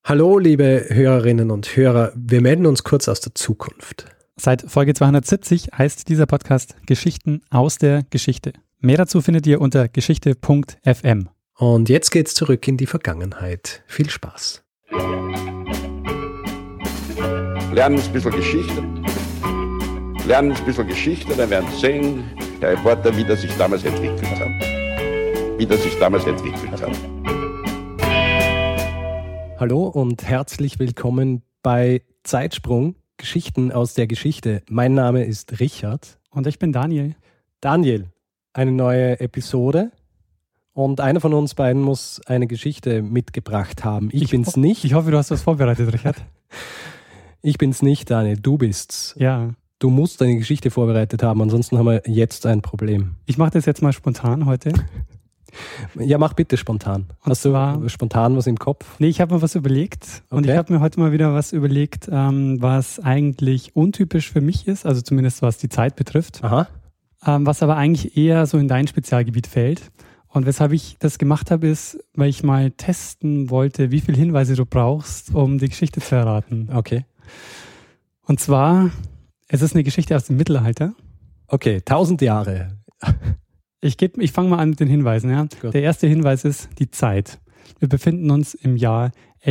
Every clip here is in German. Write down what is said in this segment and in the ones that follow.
Hallo, liebe Hörerinnen und Hörer, wir melden uns kurz aus der Zukunft. Seit Folge 270 heißt dieser Podcast Geschichten aus der Geschichte. Mehr dazu findet ihr unter geschichte.fm. Und jetzt geht's zurück in die Vergangenheit. Viel Spaß. Lernen ein bisschen Geschichte. Lernen ein bisschen Geschichte, dann werden Sie sehen, Herr Reporter, wie das sich damals entwickelt hat. Hallo und herzlich willkommen bei Zeitsprung, Geschichten aus der Geschichte. Mein Name ist Richard. Und ich bin Daniel. Daniel, eine neue Episode. Und einer von uns beiden muss eine Geschichte mitgebracht haben. Ich bin's nicht. Ich hoffe, du hast was vorbereitet, Richard. Ich bin's nicht, Daniel. Du bist's. Ja. Du musst eine Geschichte vorbereitet haben, ansonsten haben wir jetzt ein Problem. Ich mache das jetzt mal spontan heute. Ja, mach bitte spontan. Hast du spontan was im Kopf? Nee, ich habe mir was überlegt. Und ich habe mir heute mal wieder was überlegt, was eigentlich untypisch für mich ist, also zumindest was die Zeit betrifft. Aha. Was aber eigentlich eher so in dein Spezialgebiet fällt. Und weshalb ich das gemacht habe, ist, weil ich mal testen wollte, wie viele Hinweise du brauchst, um die Geschichte zu erraten. Okay. Und zwar, es ist eine Geschichte aus dem Mittelalter. Okay, 1000 Jahre. Ich fange mal an mit den Hinweisen. Ja. Der erste Hinweis ist die Zeit. Wir befinden uns im Jahr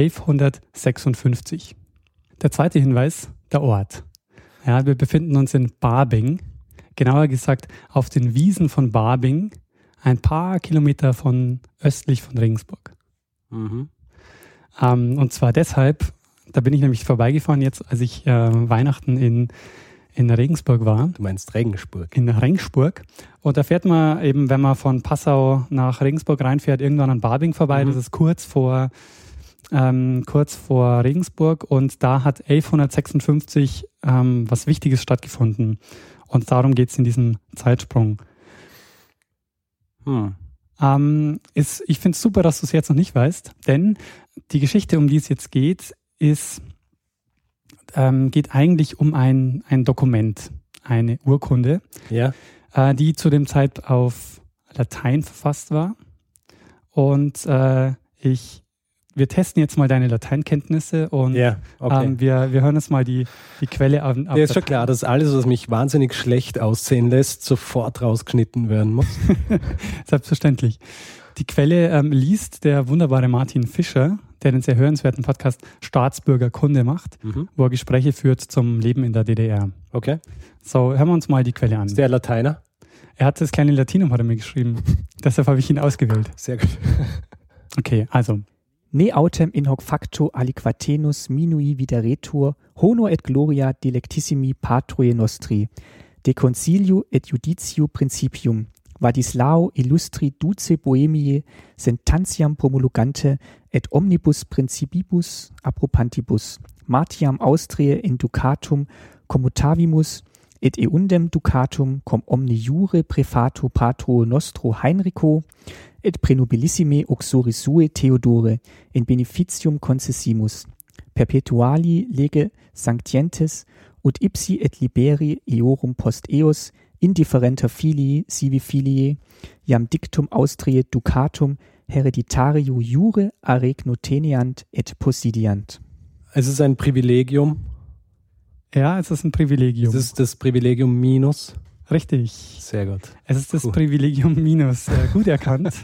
1156. Der zweite Hinweis, der Ort. Ja, wir befinden uns in Babing, genauer gesagt auf den Wiesen von Babing, ein paar Kilometer östlich von Regensburg. Mhm. Und zwar deshalb, da bin ich nämlich vorbeigefahren jetzt, als ich Weihnachten in Regensburg war. Du meinst Regensburg? In Regensburg. Und da fährt man eben, wenn man von Passau nach Regensburg reinfährt, irgendwann an Babing vorbei. Das ist kurz vor Regensburg. Und da hat 1156 was Wichtiges stattgefunden. Und darum geht es in diesem Zeitsprung. Ich finde es super, dass du es jetzt noch nicht weißt, denn die Geschichte, um die es jetzt geht, geht eigentlich um ein Dokument, eine Urkunde, ja, die zu dem Zeit auf Latein verfasst war. Und wir testen jetzt mal deine Lateinkenntnisse und ja, okay. Wir hören uns mal die Quelle an. Ja, ist schon klar, dass alles, was mich wahnsinnig schlecht aussehen lässt, sofort rausgeschnitten werden muss. Selbstverständlich. Die Quelle liest der wunderbare Martin Fischer, der den sehr hörenswerten Podcast Staatsbürgerkunde macht, wo er Gespräche führt zum Leben in der DDR. Okay. So, hören wir uns mal die Quelle an. Ist der Lateiner? Er hat das kleine Latinum, hat er mir geschrieben. Deshalb habe ich ihn ausgewählt. Sehr gut. Okay, also. Ne autem in hoc facto aliquatenus minui videretur honor et gloria delectissimi patroe nostri, de concilio et judiciu principium, Vadislao illustri duce Bohemiae sentantiam promulgante et omnibus principibus appropantibus, Martiam Austriae in ducatum commutavimus et eundem ducatum cum omni jure prefato patro nostro Heinrico et prenobilissime uxori sue Theodore in beneficium concessimus, perpetuali lege sanctientes ut ipsi et liberi eorum post eos indifferenter filii sivi filiae, iam dictum Austriae ducatum hereditario jure aregno teneant et possidiant. Es ist ein Privilegium. Ja, es ist ein Privilegium. Es ist das Privilegium minus. Richtig. Sehr gut. Es ist das Privilegium minus. Gut erkannt.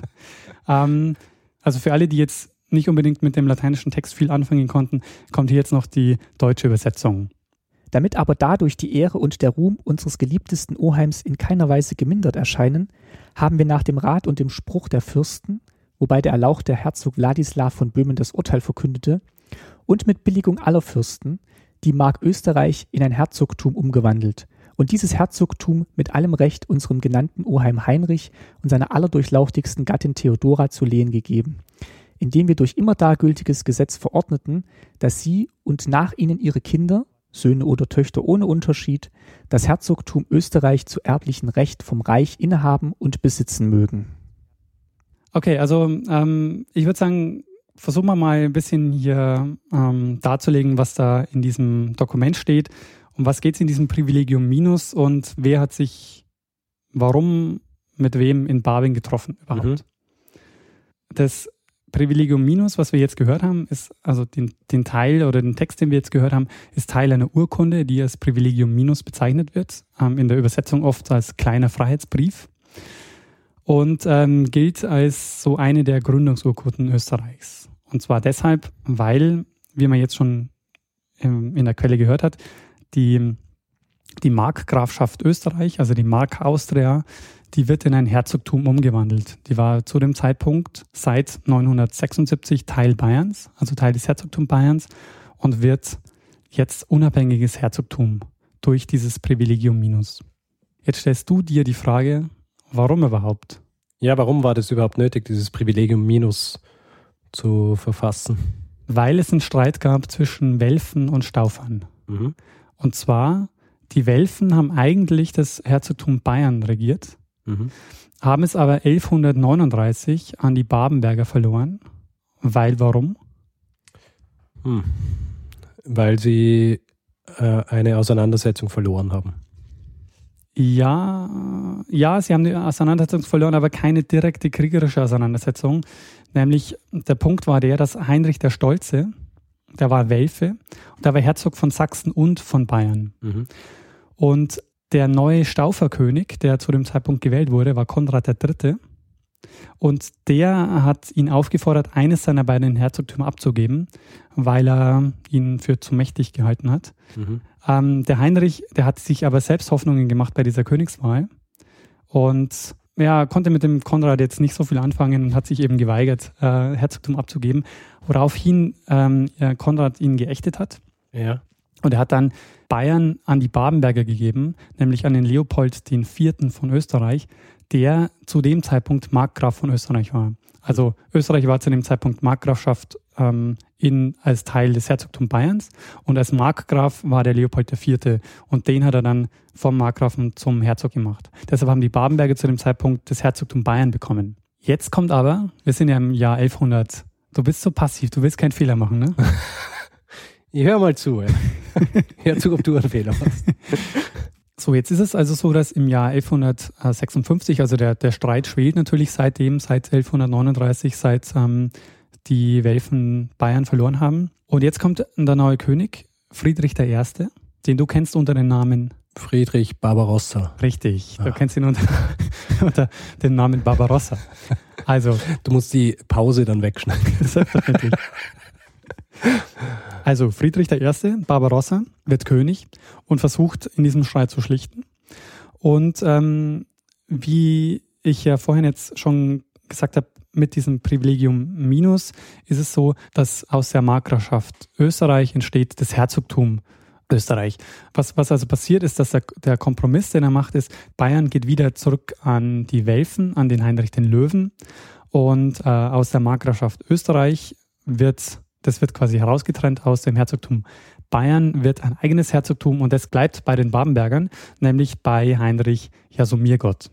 Also für alle, die jetzt nicht unbedingt mit dem lateinischen Text viel anfangen konnten, kommt hier jetzt noch die deutsche Übersetzung. Damit aber dadurch die Ehre und der Ruhm unseres geliebtesten Oheims in keiner Weise gemindert erscheinen, haben wir nach dem Rat und dem Spruch der Fürsten, wobei der erlauchte Herzog Wladislaw von Böhmen das Urteil verkündete, und mit Billigung aller Fürsten, die Mark Österreich in ein Herzogtum umgewandelt und dieses Herzogtum mit allem Recht unserem genannten Oheim Heinrich und seiner allerdurchlauchtigsten Gattin Theodora zu lehen gegeben, indem wir durch immer gültiges Gesetz verordneten, dass sie und nach ihnen ihre Kinder, Söhne oder Töchter ohne Unterschied, das Herzogtum Österreich zu erblichem Recht vom Reich innehaben und besitzen mögen. Okay, also ich würde sagen, versuchen wir mal ein bisschen hier darzulegen, was da in diesem Dokument steht. Um was geht es in diesem Privilegium Minus und wer hat sich, warum, mit wem in Babing getroffen überhaupt? Das Privilegium Minus, was wir jetzt gehört haben, ist, also den Teil oder den Text, den wir jetzt gehört haben, ist Teil einer Urkunde, die als Privilegium Minus bezeichnet wird, in der Übersetzung oft als kleiner Freiheitsbrief und gilt als so eine der Gründungsurkunden Österreichs. Und zwar deshalb, weil, wie man jetzt schon in der Quelle gehört hat, die Markgrafschaft Österreich, also die Mark Austria, die wird in ein Herzogtum umgewandelt. Die war zu dem Zeitpunkt seit 976 Teil Bayerns, also Teil des Herzogtums Bayerns und wird jetzt unabhängiges Herzogtum durch dieses Privilegium Minus. Jetzt stellst du dir die Frage, warum überhaupt? Ja, warum war das überhaupt nötig, dieses Privilegium Minus zu verfassen? Weil es einen Streit gab zwischen Welfen und Staufern. Mhm. Und zwar, die Welfen haben eigentlich das Herzogtum Bayern regiert, haben es aber 1139 an die Babenberger verloren. Weil, warum? Weil sie eine Auseinandersetzung verloren haben. Ja, sie haben die Auseinandersetzung verloren, aber keine direkte kriegerische Auseinandersetzung. Nämlich der Punkt war der, dass Heinrich der Stolze, der war Welfe und der war Herzog von Sachsen und von Bayern. Und der neue Stauferkönig, der zu dem Zeitpunkt gewählt wurde, war Konrad III. Und der hat ihn aufgefordert, eines seiner beiden Herzogtümer abzugeben, weil er ihn für zu mächtig gehalten hat. Der Heinrich, der hat sich aber selbst Hoffnungen gemacht bei dieser Königswahl und konnte mit dem Konrad jetzt nicht so viel anfangen und hat sich eben geweigert, Herzogtum abzugeben, woraufhin Konrad ihn geächtet hat. Ja. Und er hat dann Bayern an die Babenberger gegeben, nämlich an den Leopold IV. Von Österreich, der zu dem Zeitpunkt Markgraf von Österreich war. Also Österreich war zu dem Zeitpunkt Markgrafschaft als Teil des Herzogtums Bayerns und als Markgraf war der Leopold IV. Und den hat er dann vom Markgrafen zum Herzog gemacht. Deshalb haben die Babenberger zu dem Zeitpunkt das Herzogtum Bayern bekommen. Jetzt kommt aber, wir sind ja im Jahr 1100, du bist so passiv, du willst keinen Fehler machen, ne? Ich hör mal zu, ey. Hör zu, ob du einen Fehler machst. So, jetzt ist es also so, dass im Jahr 1156, also der Streit schwelt natürlich seit 1139, seit die Welfen Bayern verloren haben. Und jetzt kommt der neue König, Friedrich I., den du kennst unter dem Namen Friedrich Barbarossa. Richtig, du kennst ihn unter dem Namen Barbarossa. Also, du musst die Pause dann wegschneiden. Selbstverständlich. Also Friedrich I., Barbarossa, wird König und versucht, in diesem Streit zu schlichten. Und wie ich ja vorhin jetzt schon gesagt habe, mit diesem Privilegium Minus ist es so, dass aus der Markgrafschaft Österreich entsteht das Herzogtum Österreich. Was also passiert ist, dass der Kompromiss, den er macht, ist, Bayern geht wieder zurück an die Welfen, an den Heinrich den Löwen und aus der Markgrafschaft Österreich wird quasi herausgetrennt aus dem Herzogtum Bayern, wird ein eigenes Herzogtum und das bleibt bei den Babenbergern, nämlich bei Heinrich Jasomirgott.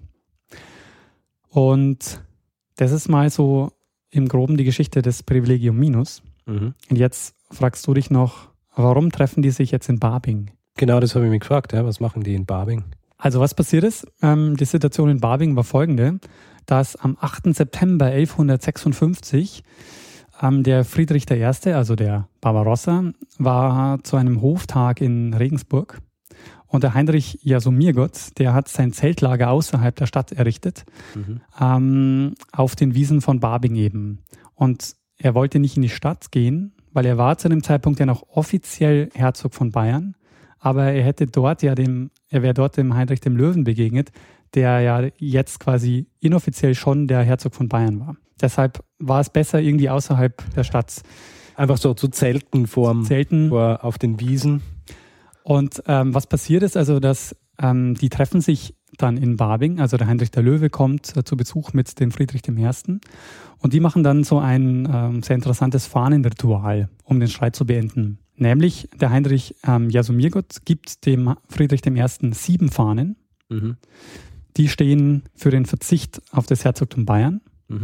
Und das ist mal so im Groben die Geschichte des Privilegium Minus. Und jetzt fragst du dich noch, warum treffen die sich jetzt in Babing? Genau, das habe ich mich gefragt. Ja. Was machen die in Babing? Also was passiert ist, die Situation in Babing war folgende, dass am 8. September 1156 der Friedrich I., also der Barbarossa, war zu einem Hoftag in Regensburg und der Heinrich Jasomirgott, der hat sein Zeltlager außerhalb der Stadt errichtet, auf den Wiesen von Babing eben. Und er wollte nicht in die Stadt gehen, weil er war zu dem Zeitpunkt ja noch offiziell Herzog von Bayern, aber er wäre dort dem Heinrich dem Löwen begegnet, der ja jetzt quasi inoffiziell schon der Herzog von Bayern war. Deshalb war es besser irgendwie außerhalb der Stadt. Einfach so zu Zelten auf den Wiesen. Und was passiert ist, also dass die treffen sich dann in Babing, also der Heinrich der Löwe kommt zu Besuch mit dem Friedrich I. Und die machen dann so ein sehr interessantes Fahnenritual, um den Streit zu beenden. Nämlich der Heinrich Jasomirgott gibt dem Friedrich I. 7 Fahnen. Die stehen für den Verzicht auf das Herzogtum Bayern.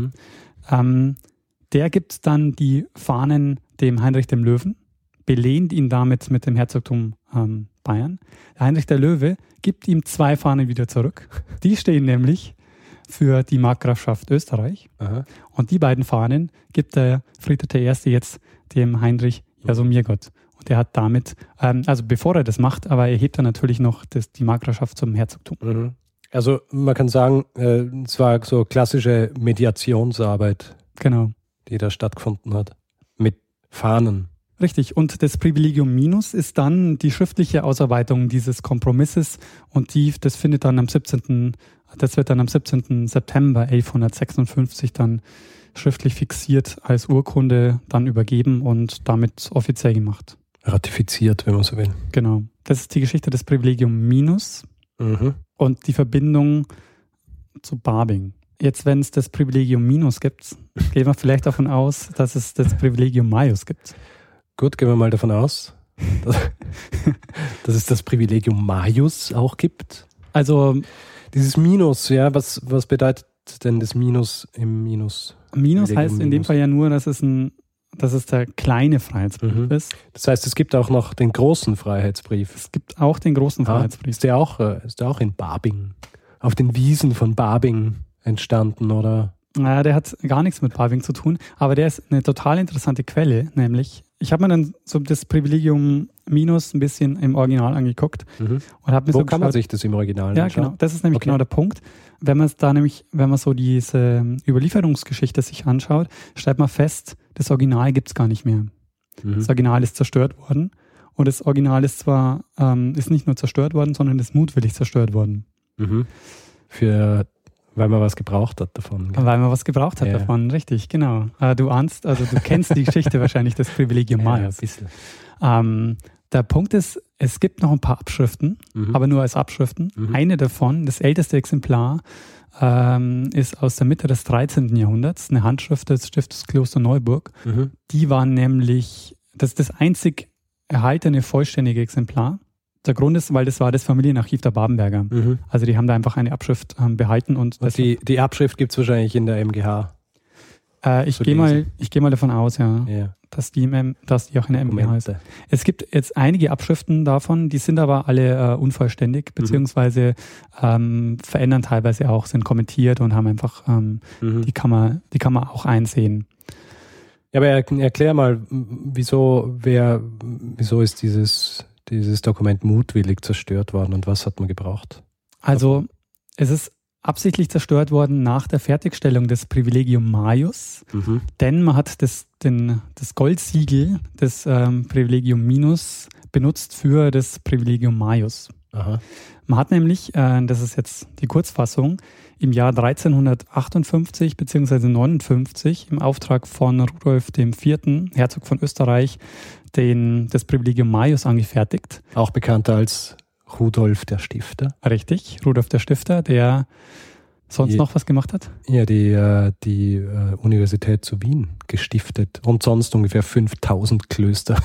Der gibt dann die Fahnen dem Heinrich dem Löwen, belehnt ihn damit mit dem Herzogtum Bayern. Der Heinrich der Löwe gibt ihm 2 Fahnen wieder zurück. Die stehen nämlich für die Markgrafschaft Österreich. Aha. Und die beiden Fahnen gibt der Friedrich I. jetzt dem Heinrich Jasomirgott. Und er hat damit, also bevor er das macht, aber er hebt dann natürlich noch die Markgrafschaft zum Herzogtum. Mhm. Also man kann sagen, es war so klassische Mediationsarbeit, Genau. die da stattgefunden hat. Mit Fahnen. Richtig. Und das Privilegium Minus ist dann die schriftliche Ausarbeitung dieses Kompromisses und das wird dann am 17. September 1156 dann schriftlich fixiert als Urkunde dann übergeben und damit offiziell gemacht. Ratifiziert, wenn man so will. Genau. Das ist die Geschichte des Privilegium Minus Mhm. und die Verbindung zu Babing. Jetzt, wenn es das Privilegium Minus gibt, gehen wir vielleicht davon aus, dass es das Privilegium Maius gibt. Gut, gehen wir mal davon aus, dass es das Privilegium Maius auch gibt. Also Dieses Minus, ja, was bedeutet denn das Minus im Minus? Minus Privilegium heißt in dem Minus. Fall ja nur, dass es der kleine Freiheitsbrief ist. Das heißt, es gibt auch noch den großen Freiheitsbrief. Es gibt auch den großen Freiheitsbrief. Ist der auch in Babing, auf den Wiesen von Babing entstanden, oder? Naja, der hat gar nichts mit Babing zu tun, aber der ist eine total interessante Quelle, nämlich, ich habe mir dann so das Privilegium Minus ein bisschen im Original angeguckt und habe mir Wo so kann man geschaut- sich das im Original Ja, anschauen? genau. Das ist nämlich Okay. genau der Punkt. Wenn man so diese Überlieferungsgeschichte sich anschaut, stellt man fest, das Original gibt es gar nicht mehr. Das Original ist zerstört worden. Und das Original ist zwar ist nicht nur zerstört worden, sondern ist mutwillig zerstört worden. Mhm. Weil man was gebraucht hat davon. gell? Weil man was gebraucht hat Ja. davon, richtig, genau. Du kennst die Geschichte wahrscheinlich des Privilegium Ja, ein Maius. bisschen. Der Punkt ist, es gibt noch ein paar Abschriften, aber nur als Abschriften. Eine davon, das älteste Exemplar, ist aus der Mitte des 13. Jahrhunderts, eine Handschrift des Stiftes Kloster Neuburg. Mhm. Die war nämlich, das ist das einzig erhaltene vollständige Exemplar. Der Grund ist, weil das war das Familienarchiv der Babenberger. Mhm. Also die haben da einfach eine Abschrift behalten und das, Die Abschrift gibt es wahrscheinlich in der MGH. ich zu gehe mal davon aus, ja, Ja. dass die auch in der MGH ist. Dokumente. Es gibt jetzt einige Abschriften davon, die sind aber alle unvollständig, beziehungsweise verändern teilweise auch, sind kommentiert und haben einfach, die kann man auch einsehen. Ja, aber erklär mal, wieso ist dieses Dokument mutwillig zerstört worden und was hat man gebraucht? Also es ist absichtlich zerstört worden nach der Fertigstellung des Privilegium Maius, denn man hat das Goldsiegel des Privilegium Minus benutzt für das Privilegium Maius. Aha. Man hat nämlich, das ist jetzt die Kurzfassung, im Jahr 1358 bzw. 59 im Auftrag von Rudolf IV., Herzog von Österreich, das Privilegium Maius angefertigt. Auch bekannter als Rudolf der Stifter. Richtig, Rudolf der Stifter, der sonst noch was gemacht hat? Ja, die Universität zu Wien gestiftet und sonst ungefähr 5000 Klöster.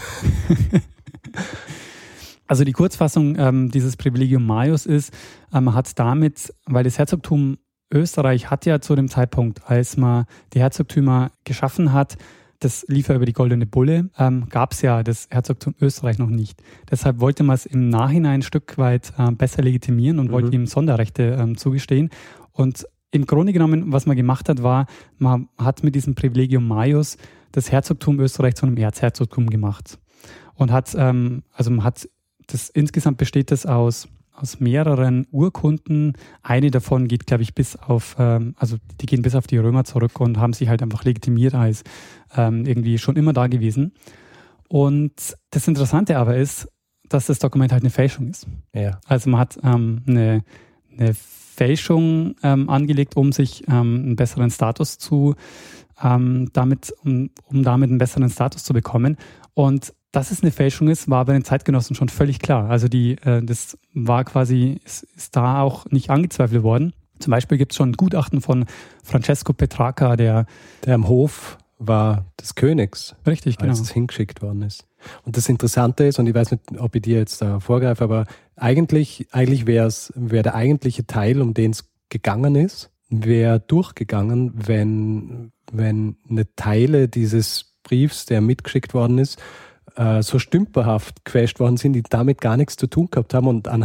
Also die Kurzfassung dieses Privilegium Maius ist, man hat damit, weil das Herzogtum Österreich hat ja zu dem Zeitpunkt, als man die Herzogtümer geschaffen hat, das lief ja über die Goldene Bulle, gab es ja das Herzogtum Österreich noch nicht. Deshalb wollte man es im Nachhinein ein Stück weit besser legitimieren und wollte ihm Sonderrechte zugestehen. Und im Grunde genommen, was man gemacht hat, war, man hat mit diesem Privilegium Maius das Herzogtum Österreich zu einem Erzherzogtum gemacht. Und insgesamt besteht das aus mehreren Urkunden. Eine davon geht, glaube ich, die gehen bis auf die Römer zurück und haben sich halt einfach legitimiert als irgendwie schon immer da gewesen. Und das Interessante aber ist, dass das Dokument halt eine Fälschung ist. Ja. Also man hat eine Fälschung angelegt, um sich einen besseren Status damit einen besseren Status zu bekommen. Und dass es eine Fälschung ist, war bei den Zeitgenossen schon völlig klar. Also das war quasi, ist da auch nicht angezweifelt worden. Zum Beispiel gibt es schon ein Gutachten von Francesco Petrarca, der am Hof war des Königs, richtig, genau, als es hingeschickt worden ist. Und das Interessante ist, und ich weiß nicht, ob ich dir jetzt da vorgreife, aber eigentlich wäre der eigentliche Teil, um den es gegangen ist, wäre durchgegangen, wenn eine Teile dieses Briefs, der mitgeschickt worden ist, so stümperhaft gefälscht worden sind, die damit gar nichts zu tun gehabt haben und anhand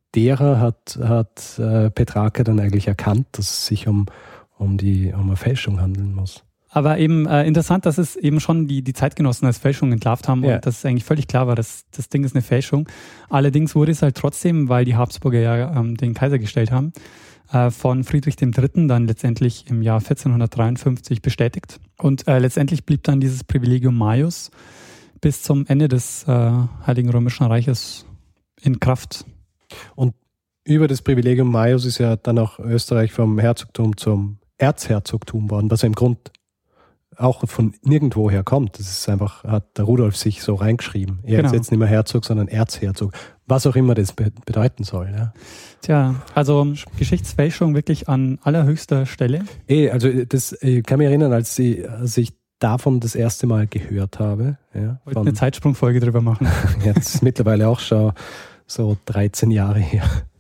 derer hat Petrarca dann eigentlich erkannt, dass es sich um eine Fälschung handeln muss. Aber eben interessant, dass es eben schon die Zeitgenossen als Fälschung entlarvt haben und dass es eigentlich völlig klar war, dass das Ding ist eine Fälschung. Allerdings wurde es halt trotzdem, weil die Habsburger ja den Kaiser gestellt haben, von Friedrich III. Dann letztendlich im Jahr 1453 bestätigt. Und letztendlich blieb dann dieses Privilegium Maius bis zum Ende des Heiligen Römischen Reiches in Kraft. Und über das Privilegium Maius ist ja dann auch Österreich vom Herzogtum zum Erzherzogtum worden, was ja im Grund auch von nirgendwoher kommt. Das ist einfach, hat der Rudolf sich so reingeschrieben. Er ist jetzt nicht mehr Herzog, sondern Erzherzog. Was auch immer das bedeuten soll. Ja. Tja, also Geschichtsfälschung wirklich an allerhöchster Stelle. Also ich kann mich erinnern, als ich davon das erste Mal gehört habe. Ja, wollte eine Zeitsprungfolge drüber machen. Jetzt ist mittlerweile auch schon so 13 Jahre her.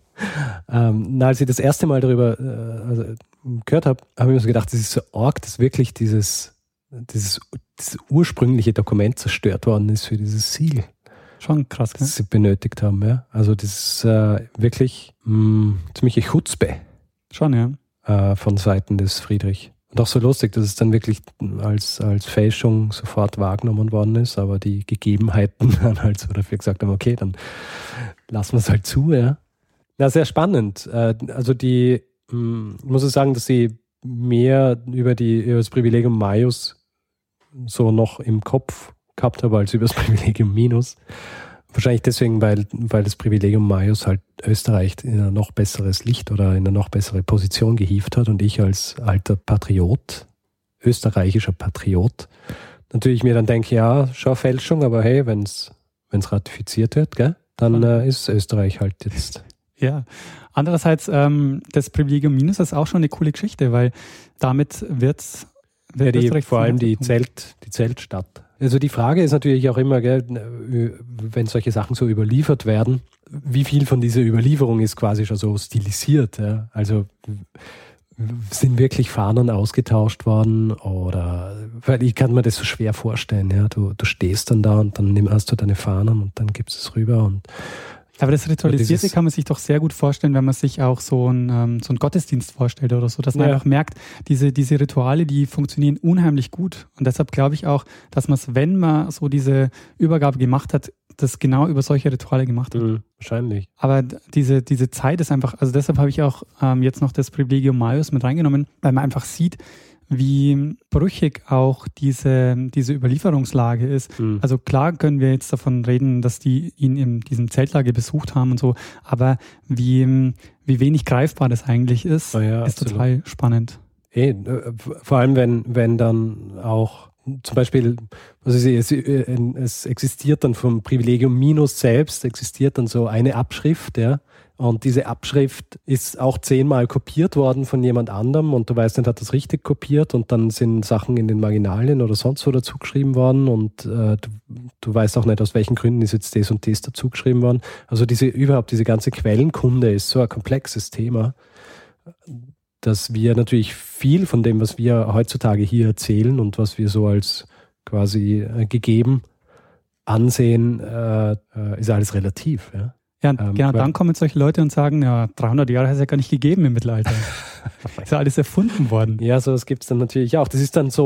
Als ich das erste Mal darüber gehört habe, habe ich mir so gedacht, das ist so arg, dass wirklich dieses ursprüngliche Dokument zerstört worden ist für dieses Siegel. Schon krass, gell? Das sie benötigt haben, ja. Also das ist wirklich ziemliche Chutzpe. Schon, ja. Von Seiten des Friedrich. Und auch so lustig, dass es dann wirklich als Fälschung sofort wahrgenommen worden ist, aber die Gegebenheiten dann halt so dafür gesagt haben, okay, dann lassen wir es halt zu, ja. Ja, sehr spannend. Also ich muss sagen, dass sie mehr über das Privilegium Maius so noch im Kopf gehabt habe als über das Privilegium Minus. Wahrscheinlich deswegen, weil das Privilegium Maius halt Österreich in ein noch besseres Licht oder in eine noch bessere Position gehievt hat und ich als alter Patriot, österreichischer Patriot, natürlich mir dann denke, ja, schon Fälschung, aber hey, wenn es ratifiziert wird, gell, dann ist Österreich halt jetzt... Ja, andererseits, das Privilegium Minus ist auch schon eine coole Geschichte, weil damit wird vor allem die Zeltstadt. Also die Frage ist natürlich auch immer, gell, wenn solche Sachen so überliefert werden, wie viel von dieser Überlieferung ist quasi schon so stilisiert? Ja? Also sind wirklich Fahnen ausgetauscht worden oder, weil ich kann mir das so schwer vorstellen, ja, du stehst dann da und dann hast du deine Fahnen und dann gibst es rüber und aber das Ritualisierte kann man sich doch sehr gut vorstellen, wenn man sich auch so einen Gottesdienst vorstellt oder so, dass man einfach merkt, diese Rituale, die funktionieren unheimlich gut. Und deshalb glaube ich auch, dass man es, wenn man so diese Übergabe gemacht hat, das genau über solche Rituale gemacht hat. Wahrscheinlich. Aber diese Zeit ist einfach, also deshalb habe ich auch jetzt noch das Privilegium Maius mit reingenommen, weil man einfach sieht, wie brüchig auch diese Überlieferungslage ist. Also klar können wir jetzt davon reden, dass die ihn in diesem Zeltlager besucht haben und so, aber wie wenig greifbar das eigentlich ist, ist total spannend. Vor allem, wenn dann auch zum Beispiel, es existiert dann vom Privilegium Minus selbst, existiert dann so eine Abschrift, ja. Und diese Abschrift ist auch 10-mal kopiert worden von jemand anderem und du weißt nicht, hat das richtig kopiert und dann sind Sachen in den Marginalien oder sonst wo dazugeschrieben worden und du weißt auch nicht, aus welchen Gründen ist jetzt das und das dazugeschrieben worden. Also diese ganze Quellenkunde ist so ein komplexes Thema, dass wir natürlich viel von dem, was wir heutzutage hier erzählen und was wir so als quasi gegeben ansehen, ist alles relativ, ja. Ja, genau, dann kommen solche Leute und sagen, ja, 300 Jahre hat es ja gar nicht gegeben im Mittelalter. Ist ja alles erfunden worden. Ja, so das gibt es dann natürlich auch. Das ist dann,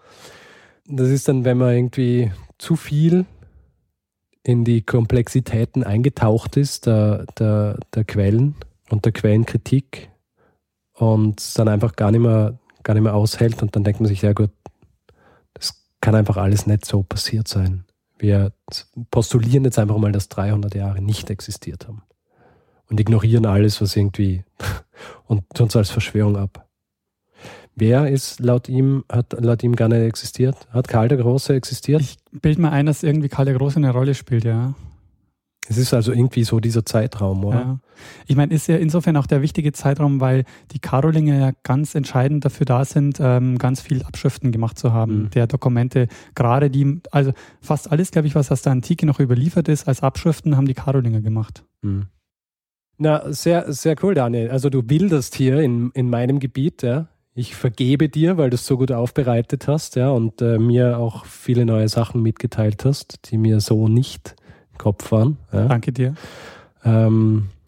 wenn man irgendwie zu viel in die Komplexitäten eingetaucht ist, der Quellen und der Quellenkritik und dann einfach gar nicht mehr aushält und dann denkt man sich, ja gut, das kann einfach alles nicht so passiert sein. Wir postulieren jetzt einfach mal, dass 300 Jahre nicht existiert haben und ignorieren alles, was irgendwie und tun es als Verschwörung ab. Wer hat laut ihm gar nicht existiert? Hat Karl der Große existiert? Ich bilde mir ein, dass irgendwie Karl der Große eine Rolle spielt, ja. Es ist also irgendwie so dieser Zeitraum, oder? Ja. Ich meine, ist ja insofern auch der wichtige Zeitraum, weil die Karolinger ja ganz entscheidend dafür da sind, ganz viel Abschriften gemacht zu haben, der Dokumente. Gerade also fast alles, glaube ich, was aus der Antike noch überliefert ist, als Abschriften haben die Karolinger gemacht. Na, sehr, sehr cool, Daniel. Also du wilderst hier in meinem Gebiet, ja. Ich vergebe dir, weil du es so gut aufbereitet hast, ja, und mir auch viele neue Sachen mitgeteilt hast, die mir so nicht Kopf waren. Ja. Danke dir.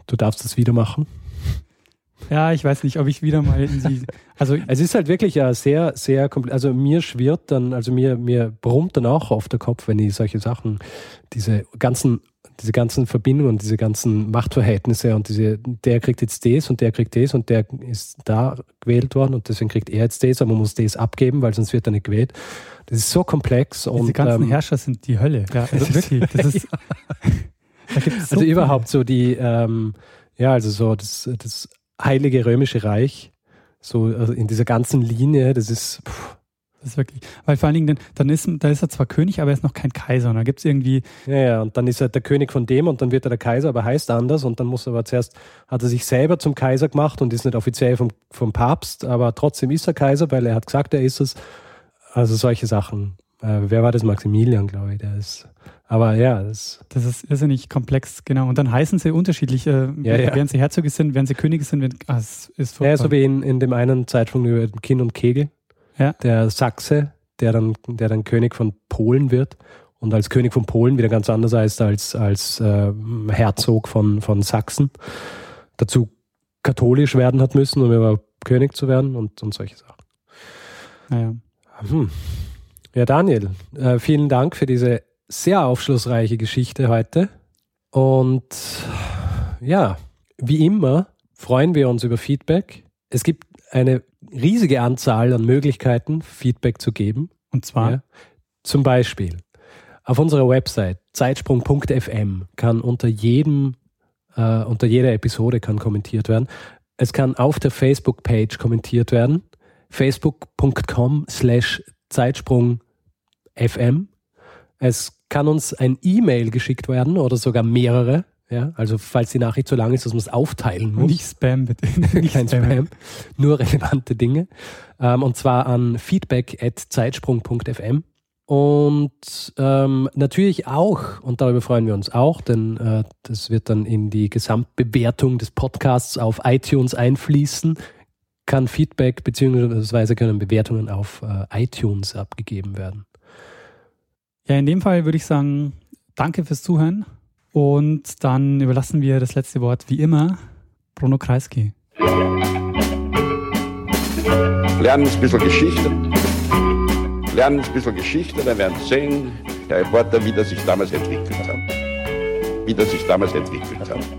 Du darfst das wieder machen. Ja, ich weiß nicht, ob ich wieder mal in die... Also es ist halt wirklich sehr, sehr komplex. Also mir schwirrt dann, also mir brummt dann auch auf der Kopf, wenn ich solche Sachen, diese ganzen Verbindungen, diese ganzen Machtverhältnisse und der kriegt jetzt das und der kriegt das und der ist da gewählt worden und deswegen kriegt er jetzt das, aber man muss das abgeben, weil sonst wird er nicht gewählt. Das ist so komplex. Diese und ganzen Herrscher sind die Hölle. Ja, also wirklich. Das ist, da gibt's so also überhaupt so also so das Heilige Römische Reich, so also in dieser ganzen Linie, das ist... Das ist wirklich, weil vor allen Dingen, da ist er zwar König, aber er ist noch kein Kaiser. Und da gibt es irgendwie... Ja, und dann ist er der König von dem und dann wird er der Kaiser, aber heißt anders. Und dann hat er sich selber zum Kaiser gemacht und ist nicht offiziell vom Papst, aber trotzdem ist er Kaiser, weil er hat gesagt, er ist es. Also solche Sachen. Wer war das? Maximilian, glaube ich, der ist... Aber ja, das ist irrsinnig komplex, genau. Und dann heißen sie unterschiedlich, während sie Herzöge sind, während sie Könige sind. Es ist furchtbar. Ja, so wie in dem einen Zeitpunkt über Kind und Kegel. Ja. Der Sachse, der dann König von Polen wird und als König von Polen wieder ganz anders heißt als Herzog von Sachsen. Dazu katholisch werden hat müssen, um überhaupt König zu werden und solche Sachen. Naja. Ja, Daniel, vielen Dank für diese sehr aufschlussreiche Geschichte heute. Und ja, wie immer freuen wir uns über Feedback. Es gibt eine riesige Anzahl an Möglichkeiten, Feedback zu geben. Und zwar? Zum Beispiel auf unserer Website zeitsprung.fm kann unter jeder Episode kann kommentiert werden. Es kann auf der Facebook-Page kommentiert werden. facebook.com/zeitsprung.fm. Es kann uns ein E-Mail geschickt werden oder sogar mehrere. Ja, also falls die Nachricht so lang ist, dass man es aufteilen muss. Nicht Spam, bitte. Kein Spam, nur relevante Dinge. Und zwar an feedback@zeitsprung.fm. Und natürlich auch, und darüber freuen wir uns auch, denn das wird dann in die Gesamtbewertung des Podcasts auf iTunes einfließen, kann Feedback bzw. können Bewertungen auf iTunes abgegeben werden. Ja, in dem Fall würde ich sagen, danke fürs Zuhören. Und dann überlassen wir das letzte Wort wie immer Bruno Kreisky. Lernen ein bisschen Geschichte. Lernen ein bisschen Geschichte, dann werden Sie sehen, der Reporter, wie das sich damals entwickelt hat.